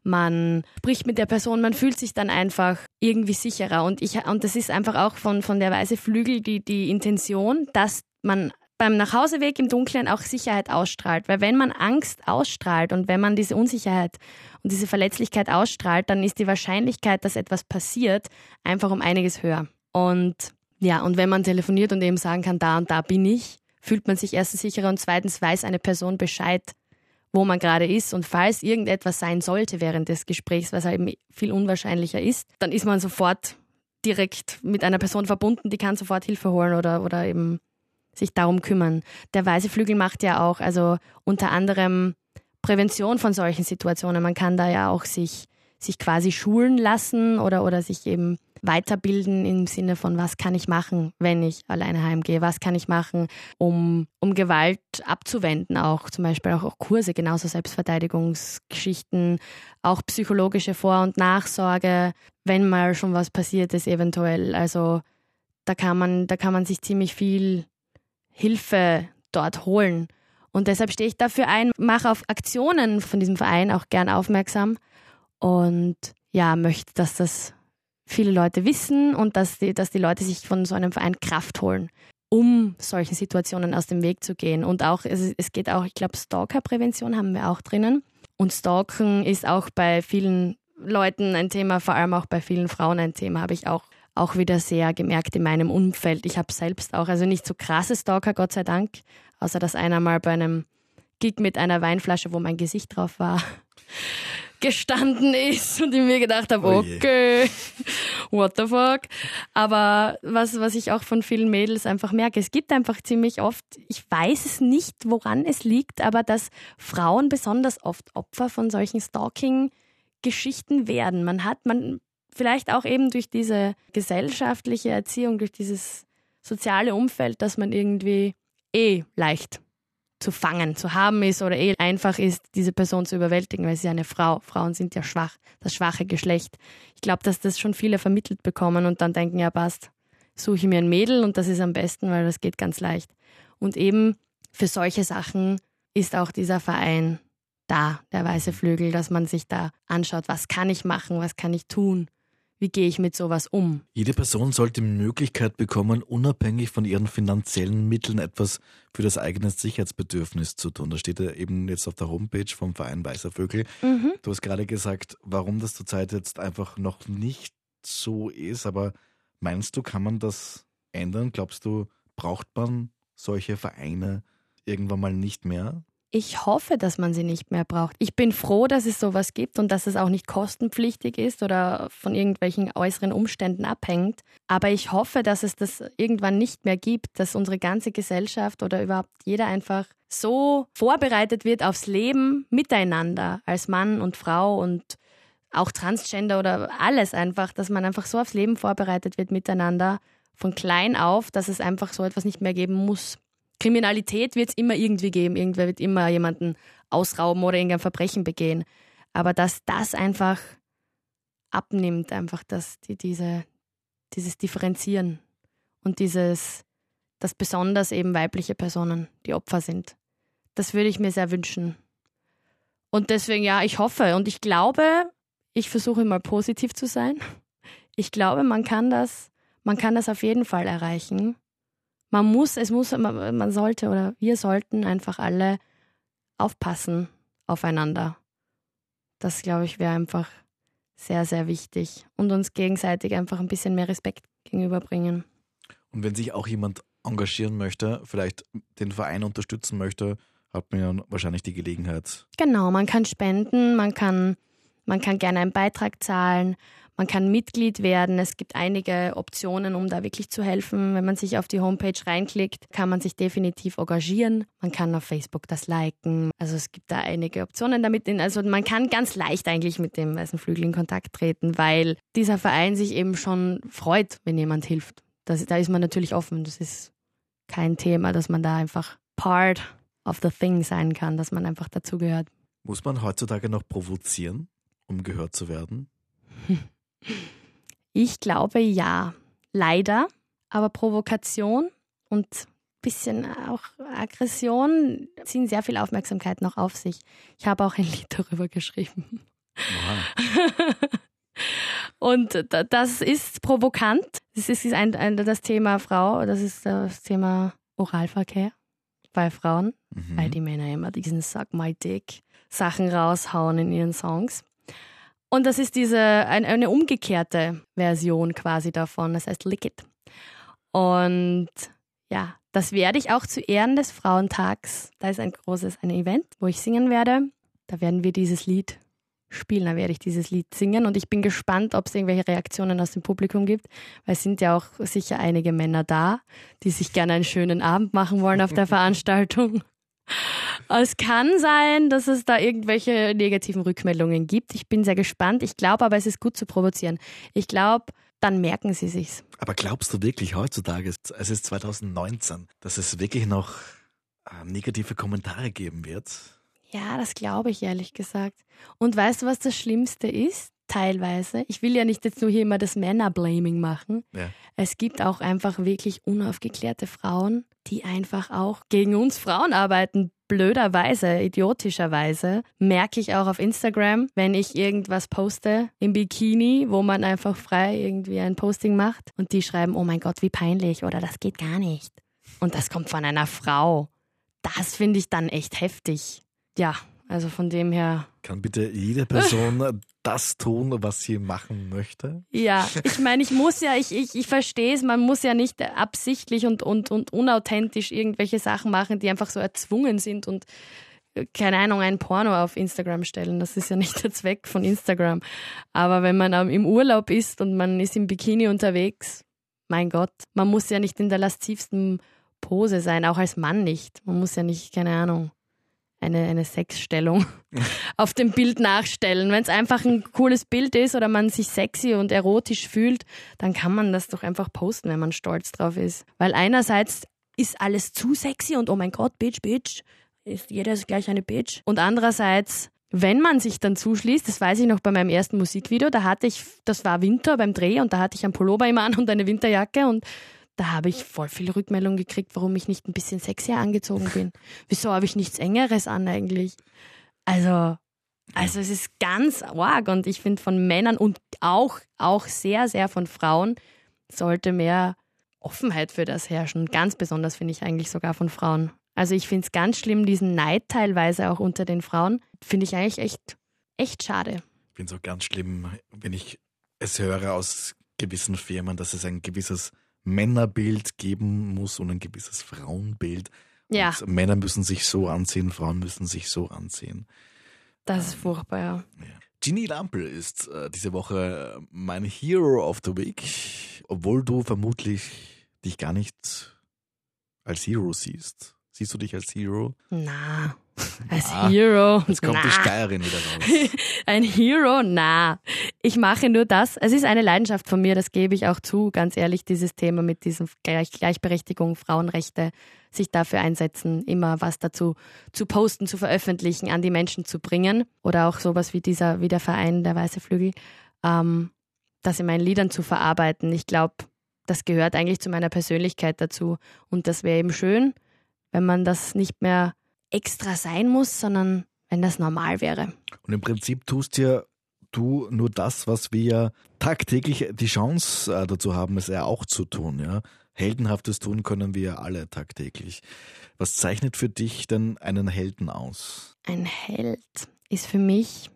man spricht mit der Person, man fühlt sich dann einfach irgendwie sicherer, und ich und das ist einfach auch von, von der Weiße Flügel die, die Intention, dass man beim Nachhauseweg im Dunkeln auch Sicherheit ausstrahlt, weil wenn man Angst ausstrahlt und wenn man diese Unsicherheit und diese Verletzlichkeit ausstrahlt, dann ist die Wahrscheinlichkeit, dass etwas passiert, einfach um einiges höher. Und ja, und wenn man telefoniert und eben sagen kann, da und da bin ich, fühlt man sich erstens sicherer und zweitens weiß eine Person Bescheid, wo man gerade ist. Und falls irgendetwas sein sollte während des Gesprächs, was halt eben viel unwahrscheinlicher ist, dann ist man sofort direkt mit einer Person verbunden, die kann sofort Hilfe holen oder, oder eben sich darum kümmern. Der Weiße Flügel macht ja auch, also unter anderem Prävention von solchen Situationen. Man kann da ja auch sich, sich quasi schulen lassen oder, oder sich eben weiterbilden im Sinne von, was kann ich machen, wenn ich alleine heimgehe, was kann ich machen, um, um Gewalt abzuwenden auch, zum Beispiel auch, auch Kurse, genauso Selbstverteidigungsgeschichten, auch psychologische Vor- und Nachsorge, wenn mal schon was passiert ist eventuell, also da kann man, da kann man sich ziemlich viel Hilfe dort holen, und deshalb stehe ich dafür ein, mache auf Aktionen von diesem Verein auch gern aufmerksam und ja, möchte, dass das viele Leute wissen und dass die, dass die Leute sich von so einem Verein Kraft holen, um solchen Situationen aus dem Weg zu gehen. Und auch, es, es geht auch, ich glaube, Stalkerprävention haben wir auch drinnen. Und Stalken ist auch bei vielen Leuten ein Thema, vor allem auch bei vielen Frauen ein Thema, habe ich auch, auch wieder sehr gemerkt in meinem Umfeld. Ich habe selbst auch, also nicht so krasse Stalker, Gott sei Dank, außer dass einer mal bei einem Gig mit einer Weinflasche, wo mein Gesicht drauf war, gestanden ist und ich mir gedacht habe, Oh okay, what the fuck. Aber was, was ich auch von vielen Mädels einfach merke, es gibt einfach ziemlich oft, ich weiß es nicht, woran es liegt, aber dass Frauen besonders oft Opfer von solchen Stalking-Geschichten werden. Man hat, man vielleicht auch eben durch diese gesellschaftliche Erziehung, durch dieses soziale Umfeld, dass man irgendwie eh leicht zu fangen, zu haben ist oder eh einfach ist, diese Person zu überwältigen, weil sie eine Frau, Frauen sind ja schwach, das schwache Geschlecht. Ich glaube, dass das schon viele vermittelt bekommen und dann denken, ja passt, suche ich mir ein Mädel und das ist am besten, weil das geht ganz leicht. Und eben für solche Sachen ist auch dieser Verein da, der Weiße Flügel, dass man sich da anschaut, was kann ich machen, was kann ich tun, wie gehe ich mit sowas um. Jede Person sollte die Möglichkeit bekommen, unabhängig von ihren finanziellen Mitteln etwas für das eigene Sicherheitsbedürfnis zu tun. Das steht ja eben jetzt auf der Homepage vom Verein Weißer Vögel. Mhm. Du hast gerade gesagt, warum das zurzeit jetzt einfach noch nicht so ist, aber meinst du, kann man das ändern? Glaubst du, braucht man solche Vereine irgendwann mal nicht mehr? Ich hoffe, dass man sie nicht mehr braucht. Ich bin froh, dass es sowas gibt und dass es auch nicht kostenpflichtig ist oder von irgendwelchen äußeren Umständen abhängt. Aber ich hoffe, dass es das irgendwann nicht mehr gibt, dass unsere ganze Gesellschaft oder überhaupt jeder einfach so vorbereitet wird aufs Leben miteinander als Mann und Frau und auch Transgender oder alles einfach, dass man einfach so aufs Leben vorbereitet wird miteinander von klein auf, dass es einfach so etwas nicht mehr geben muss. Kriminalität wird es immer irgendwie geben. Irgendwer wird immer jemanden ausrauben oder irgendein Verbrechen begehen. Aber dass das einfach abnimmt, einfach dass die, diese, dieses Differenzieren und dieses, dass besonders eben weibliche Personen die Opfer sind. Das würde ich mir sehr wünschen. Und deswegen, ja, ich hoffe und ich glaube, ich versuche mal positiv zu sein. Ich glaube, man kann das, man kann das auf jeden Fall erreichen. Man muss, es muss, man, man sollte oder wir sollten einfach alle aufpassen aufeinander. Das, glaube ich, wäre einfach sehr, sehr wichtig und uns gegenseitig einfach ein bisschen mehr Respekt gegenüberbringen. Und wenn sich auch jemand engagieren möchte, vielleicht den Verein unterstützen möchte, hat man ja wahrscheinlich die Gelegenheit. Genau, man kann spenden, man kann, man kann gerne einen Beitrag zahlen, man kann Mitglied werden. Es gibt einige Optionen, um da wirklich zu helfen. Wenn man sich auf die Homepage reinklickt, kann man sich definitiv engagieren. Man kann auf Facebook das liken. Also es gibt da einige Optionen damit. Also man kann ganz leicht eigentlich mit dem Weißen Flügel in Kontakt treten, weil dieser Verein sich eben schon freut, wenn jemand hilft. Das, da ist man natürlich offen. Das ist kein Thema, dass man da einfach part of the thing sein kann, dass man einfach dazugehört. Muss man heutzutage noch provozieren, um gehört zu werden? Ich glaube ja, leider, aber Provokation und ein bisschen auch Aggression ziehen sehr viel Aufmerksamkeit noch auf sich. Ich habe auch ein Lied darüber geschrieben. Wow. Und das ist provokant. Das ist ein, ein, das Thema Frau, das ist das Thema Oralverkehr bei Frauen, mhm. weil die Männer immer diesen Suck my dick Sachen raushauen in ihren Songs. Und das ist diese eine, eine umgekehrte Version quasi davon, das heißt Lick It. Und ja, das werde ich auch zu Ehren des Frauentags, da ist ein großes ein Event, wo ich singen werde. Da werden wir dieses Lied spielen, da werde ich dieses Lied singen und ich bin gespannt, ob es irgendwelche Reaktionen aus dem Publikum gibt, weil es sind ja auch sicher einige Männer da, die sich gerne einen schönen Abend machen wollen auf der Veranstaltung. Es kann sein, dass es da irgendwelche negativen Rückmeldungen gibt. Ich bin sehr gespannt. Ich glaube aber, es ist gut zu provozieren. Ich glaube, dann merken sie sich's. Aber glaubst du wirklich heutzutage, es ist zwanzig neunzehn, dass es wirklich noch äh, negative Kommentare geben wird? Ja, das glaube ich ehrlich gesagt. Und weißt du, was das Schlimmste ist? Teilweise. Ich will ja nicht jetzt nur hier immer das Männerblaming machen. Ja. Es gibt auch einfach wirklich unaufgeklärte Frauen, die einfach auch gegen uns Frauen arbeiten. Blöderweise, idiotischerweise. Merke ich auch auf Instagram, wenn ich irgendwas poste im Bikini, wo man einfach frei irgendwie ein Posting macht und die schreiben, oh mein Gott, wie peinlich oder das geht gar nicht. Und das kommt von einer Frau. Das finde ich dann echt heftig. Ja, also von dem her. Kann bitte jede Person das tun, was sie machen möchte? Ja, ich meine, ich muss ja, ich, ich, ich verstehe es, man muss ja nicht absichtlich und, und, und unauthentisch irgendwelche Sachen machen, die einfach so erzwungen sind und, keine Ahnung, ein Porno auf Instagram stellen. Das ist ja nicht der Zweck von Instagram. Aber wenn man im Urlaub ist und man ist im Bikini unterwegs, mein Gott, man muss ja nicht in der laszivsten Pose sein, auch als Mann nicht. Man muss ja nicht, keine Ahnung, eine, eine Sexstellung auf dem Bild nachstellen. Wenn es einfach ein cooles Bild ist oder man sich sexy und erotisch fühlt, dann kann man das doch einfach posten, wenn man stolz drauf ist. Weil einerseits ist alles zu sexy und oh mein Gott, Bitch, Bitch, ist jeder ist gleich eine Bitch. Und andererseits, wenn man sich dann zuschließt, das weiß ich noch bei meinem ersten Musikvideo, da hatte ich, das war Winter beim Dreh und da hatte ich einen Pullover immer an und eine Winterjacke und da habe ich voll viele Rückmeldungen gekriegt, warum ich nicht ein bisschen sexier angezogen bin. Wieso habe ich nichts Engeres an eigentlich? Also, also es ist ganz arg und ich finde von Männern und auch, auch sehr, sehr von Frauen sollte mehr Offenheit für das herrschen. Ganz besonders finde ich eigentlich sogar von Frauen. Also ich finde es ganz schlimm, diesen Neid teilweise auch unter den Frauen. Finde ich eigentlich echt, echt schade. Ich finde es auch ganz schlimm, wenn ich es höre aus gewissen Firmen, dass es ein gewisses Männerbild geben muss und ein gewisses Frauenbild. Ja. Und Männer müssen sich so anziehen, Frauen müssen sich so anziehen. Das ist furchtbar, ja. Ja. Ginny Lampl ist äh, diese Woche mein Hero of the Week, obwohl du vermutlich dich gar nicht als Hero siehst. Siehst du dich als Hero? Na, als Ah, Hero. Jetzt kommt na. die Steirerin wieder raus. Ein Hero? Na. Ich mache nur das. Es ist eine Leidenschaft von mir, das gebe ich auch zu, ganz ehrlich, dieses Thema mit diesem Gleich Gleichberechtigung, Frauenrechte, sich dafür einsetzen, immer was dazu zu posten, zu veröffentlichen, an die Menschen zu bringen. Oder auch sowas wie dieser, wie der Verein, der Weiße Flügel, ähm, das in meinen Liedern zu verarbeiten. Ich glaube, das gehört eigentlich zu meiner Persönlichkeit dazu. Und das wäre eben schön, wenn man das nicht mehr extra sein muss, sondern wenn das normal wäre. Und im Prinzip tust ja du nur das, was wir tagtäglich die Chance äh, dazu haben, es ja auch zu tun. Ja? Heldenhaftes tun können wir alle tagtäglich. Was zeichnet für dich denn einen Helden aus? Ein Held ist für mich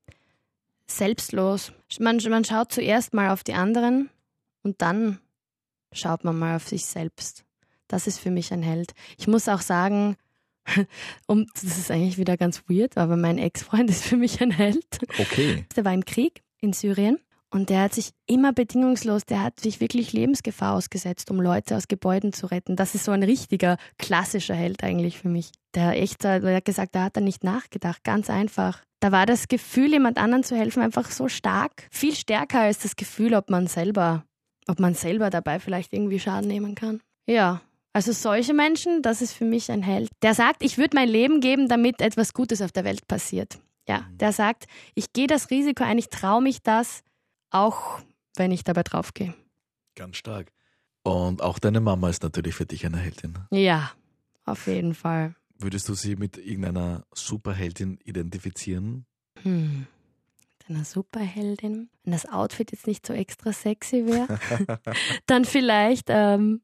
selbstlos. Man, man schaut zuerst mal auf die anderen und dann schaut man mal auf sich selbst. Das ist für mich ein Held. Ich muss auch sagen, und das ist eigentlich wieder ganz weird, aber mein Ex-Freund ist für mich ein Held. Okay. Der war im Krieg in Syrien und der hat sich immer bedingungslos, der hat sich wirklich Lebensgefahr ausgesetzt, um Leute aus Gebäuden zu retten. Das ist so ein richtiger, klassischer Held eigentlich für mich. Der echt, der hat gesagt, da hat er nicht nachgedacht, ganz einfach. Da war das Gefühl, jemand anderen zu helfen, einfach so stark. Viel stärker als das Gefühl, ob man selber, ob man selber dabei vielleicht irgendwie Schaden nehmen kann. Ja. Also solche Menschen, das ist für mich ein Held. Der sagt, ich würde mein Leben geben, damit etwas Gutes auf der Welt passiert. Ja, der sagt, ich gehe das Risiko ein, ich traue mich das, auch wenn ich dabei draufgehe. Ganz stark. Und auch deine Mama ist natürlich für dich eine Heldin. Ja, auf jeden Fall. Würdest du sie mit irgendeiner Superheldin identifizieren? Hm. Mit einer Superheldin. Wenn das Outfit jetzt nicht so extra sexy wäre, dann vielleicht ähm,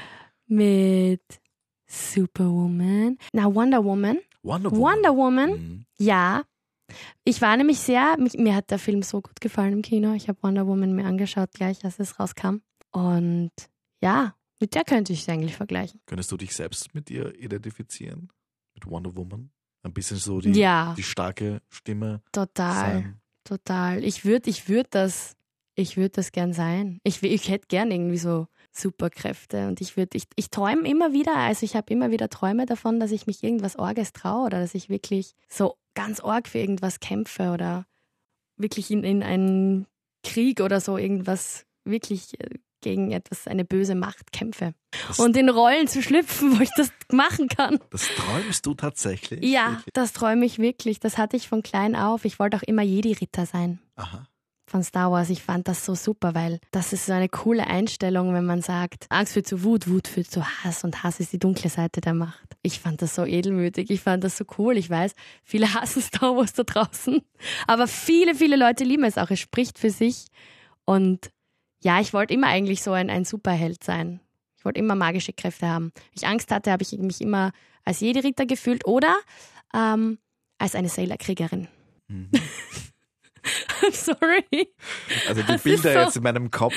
mit Superwoman. Na, Wonder Woman. Wonder Woman. Wonder Woman, Mhm. ja. Ich war nämlich sehr, mich, mir hat der Film so gut gefallen im Kino. Ich habe Wonder Woman mir angeschaut gleich, als es rauskam. Und ja, mit der könnte ich es eigentlich vergleichen. Könntest du dich selbst mit ihr identifizieren? Mit Wonder Woman? Ein bisschen so die, Ja. die starke Stimme Total, sein? total. Ich würde ich würd das, ich würd das gern sein. Ich, ich hätte gern irgendwie so Superkräfte und ich würde, ich, ich träume immer wieder, also ich habe immer wieder Träume davon, dass ich mich irgendwas Orges traue oder dass ich wirklich so ganz arg für irgendwas kämpfe oder wirklich in, in einen Krieg oder so irgendwas wirklich äh, gegen etwas, eine böse Macht kämpfe. Das, Und in Rollen zu schlüpfen, wo ich das machen kann. das träumst du tatsächlich? Ja, Wirklich? das träume ich wirklich. Das hatte ich von klein auf. Ich wollte auch immer Jedi-Ritter sein. Aha. Von Star Wars. Ich fand das so super, weil das ist so eine coole Einstellung, wenn man sagt, Angst führt zu Wut, Wut führt zu Hass und Hass ist die dunkle Seite der Macht. Ich fand das so edelmütig, ich fand das so cool. Ich weiß, viele hassen Star Wars da draußen, aber viele, viele Leute lieben es auch. Es spricht für sich und ja, ich wollte immer eigentlich so ein, ein Superheld sein. Ich wollte immer magische Kräfte haben. Wenn ich Angst hatte, habe ich mich immer als Jedi-Ritter gefühlt oder ähm, als eine Sailor-Kriegerin. Mhm. I'm sorry. Also die Das Bilder ist so- jetzt in meinem Kopf.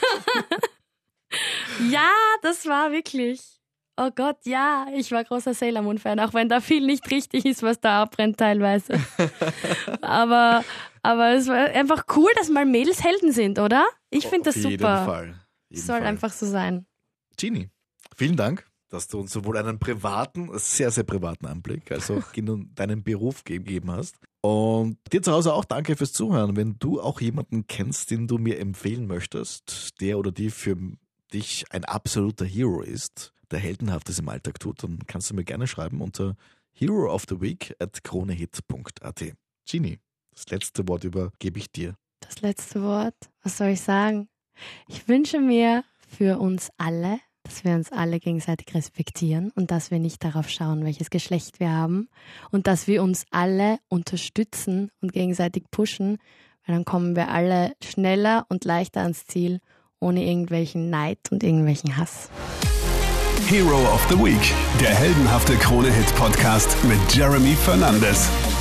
Ja, das war wirklich. Oh Gott, ja, ich war großer Sailor Moon Fan, auch wenn da viel nicht richtig ist, was da abbrennt teilweise. aber, aber es war einfach cool, dass mal Mädels Helden sind, oder? Ich finde das Auf jeden super. Fall. Jeden Soll Fall. einfach so sein. Gini, vielen Dank, dass du uns sowohl einen privaten, sehr, sehr privaten Einblick, als auch in deinen Beruf gegeben hast. Und dir zu Hause auch danke fürs Zuhören. Wenn du auch jemanden kennst, den du mir empfehlen möchtest, der oder die für dich ein absoluter Hero ist, der Heldenhaftes im Alltag tut, dann kannst du mir gerne schreiben unter hero of the week at kronehit punkt at. Gini, das letzte Wort übergebe ich dir. Das letzte Wort, was soll ich sagen? Ich wünsche mir für uns alle, dass wir uns alle gegenseitig respektieren und dass wir nicht darauf schauen, welches Geschlecht wir haben und dass wir uns alle unterstützen und gegenseitig pushen, weil dann kommen wir alle schneller und leichter ans Ziel, ohne irgendwelchen Neid und irgendwelchen Hass. Hero of the Week, der heldenhafte Krone-Hit-Podcast mit Jeremy Fernandes.